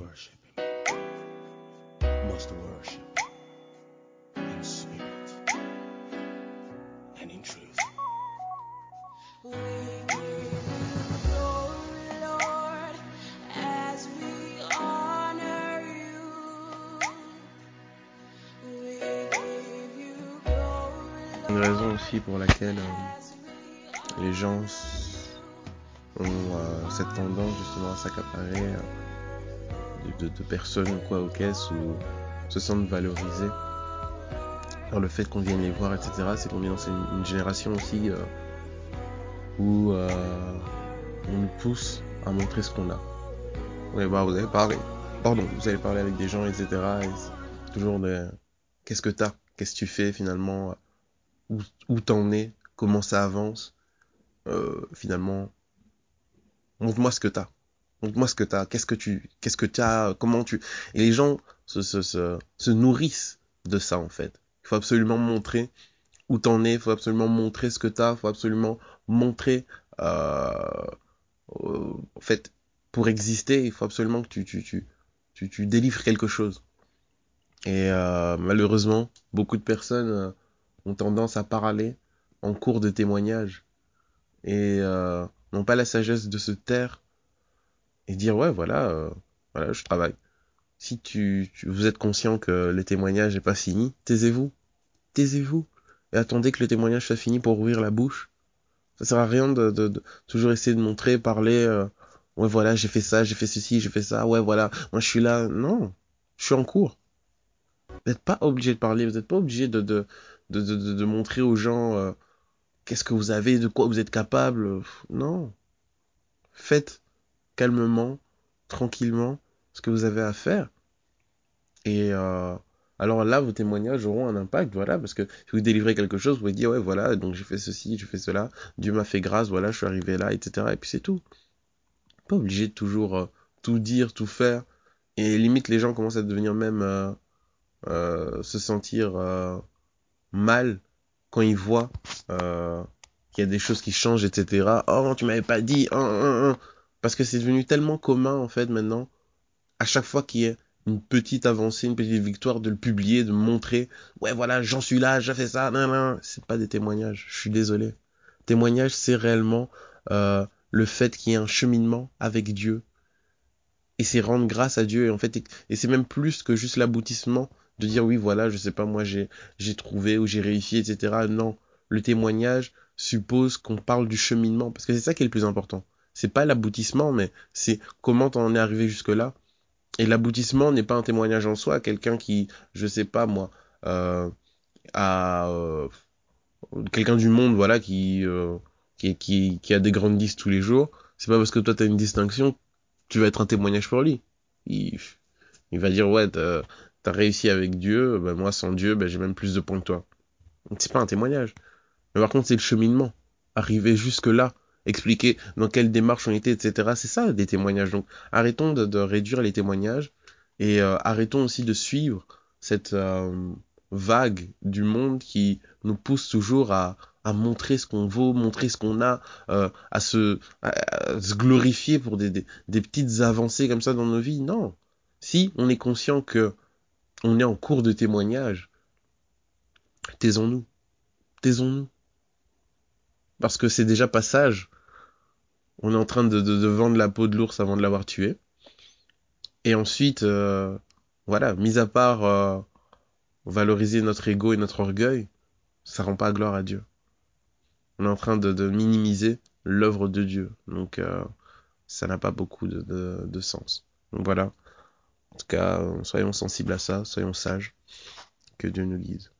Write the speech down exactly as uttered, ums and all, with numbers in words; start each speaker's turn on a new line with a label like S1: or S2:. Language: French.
S1: worship him, must worship in spirit and in truth.
S2: We give you glory, Lord, as we honor you. We give you glory,
S3: Une
S2: Lord,
S3: raison aussi pour laquelle euh,
S2: as we
S3: les gens s- ont euh, cette tendance justement à s'accaparer euh, de, de- de personnes ou quoi aux caisses ou se sentent valorisés par le fait qu'on vienne les voir, et cetera. C'est qu'on vit dans une, une génération aussi euh, où euh, on nous pousse à montrer ce qu'on a. Vous allez voir, vous allez parler, pardon, vous allez parler avec des gens, et cetera. Et c'est toujours de qu'est-ce que t'as, qu'est-ce que tu fais finalement, où, où t'en es, comment ça avance. Euh, finalement, montre-moi ce que t'as. Montre-moi ce que t'as. Qu'est-ce que tu, qu'est-ce que t'as, comment tu. Et les gens se, se, se, se nourrissent de ça en fait. Il faut absolument montrer où t'en es. Il faut absolument montrer ce que t'as. Il faut absolument montrer. Euh, euh, en fait, pour exister, il faut absolument que tu, tu, tu, tu, tu délivres quelque chose. Et euh, malheureusement, beaucoup de personnes euh, ont tendance à parler en cours de témoignage et euh, n'ont pas la sagesse de se taire et dire ouais voilà euh, voilà je travaille. Si tu, tu vous êtes conscient que le témoignage n'est pas fini, taisez-vous, taisez-vous et attendez que le témoignage soit fini pour ouvrir la bouche. Ça sert à rien de, de, de toujours essayer de montrer, parler euh, ouais voilà j'ai fait ça, j'ai fait ceci, j'ai fait ça, ouais voilà moi je suis là. Non, je suis en cours. Vous n'êtes pas obligé de parler, vous n'êtes pas obligé de de, de, de, de, de montrer aux gens euh, qu'est-ce que vous avez, de quoi vous êtes capable. Non, faites calmement, tranquillement, ce que vous avez à faire. Et euh, alors là, vos témoignages auront un impact, voilà, parce que si vous délivrez quelque chose, vous pouvez dire, ouais, voilà, donc j'ai fait ceci, j'ai fait cela, Dieu m'a fait grâce, voilà, je suis arrivé là, et cetera. Et puis c'est tout. Pas obligé de toujours euh, tout dire, tout faire. Et limite, les gens commencent à devenir même euh, euh, se sentir euh, mal quand ils voient euh, qu'il y a des choses qui changent, et cetera. Oh, tu m'avais pas dit, hein, hein, hein. Parce que c'est devenu tellement commun, en fait, maintenant, à chaque fois qu'il y a une petite avancée, une petite victoire, de le publier, de montrer, ouais, voilà, j'en suis là, j'ai fait ça, nan, nan. C'est pas des témoignages, je suis désolé. Témoignage, c'est réellement euh, le fait qu'il y ait un cheminement avec Dieu. Et c'est rendre grâce à Dieu. Et en fait, et, et c'est même plus que juste l'aboutissement de dire, oui, voilà, je sais pas, moi, j'ai, j'ai trouvé ou j'ai réussi, et cetera. Non. Le témoignage suppose qu'on parle du cheminement. Parce que c'est ça qui est le plus important. C'est pas l'aboutissement, mais c'est comment t'en es arrivé jusque-là. Et l'aboutissement n'est pas un témoignage en soi. Quelqu'un qui, je sais pas moi, euh, a euh, quelqu'un du monde, voilà, qui, euh, qui, qui, qui a des grandes listes tous les jours. C'est pas parce que toi t'as une distinction que tu vas être un témoignage pour lui. Il, il va dire ouais, t'as, t'as réussi avec Dieu, ben moi sans Dieu, ben j'ai même plus de points que toi. Donc c'est pas un témoignage. Mais par contre c'est le cheminement. Arriver jusque là, expliquer dans quelle démarche on était, et cetera. C'est ça des témoignages. Donc arrêtons de, de réduire les témoignages et euh, arrêtons aussi de suivre cette euh, vague du monde qui nous pousse toujours à, à montrer ce qu'on vaut, montrer ce qu'on a, euh, à, se, à, à se glorifier pour des, des, des petites avancées comme ça dans nos vies. Non. Si on est conscient que on est en cours de témoignage, taisons-nous, taisons-nous. Parce que c'est déjà pas sage. On est en train de, de, de vendre la peau de l'ours avant de l'avoir tué. Et ensuite, euh, voilà, mis à part euh, valoriser notre ego et notre orgueil, ça rend pas gloire à Dieu. On est en train de, de minimiser l'œuvre de Dieu. Donc, euh, ça n'a pas beaucoup de, de, de sens. Donc voilà. En tout cas, soyons sensibles à ça, soyons sages. Que Dieu nous guide.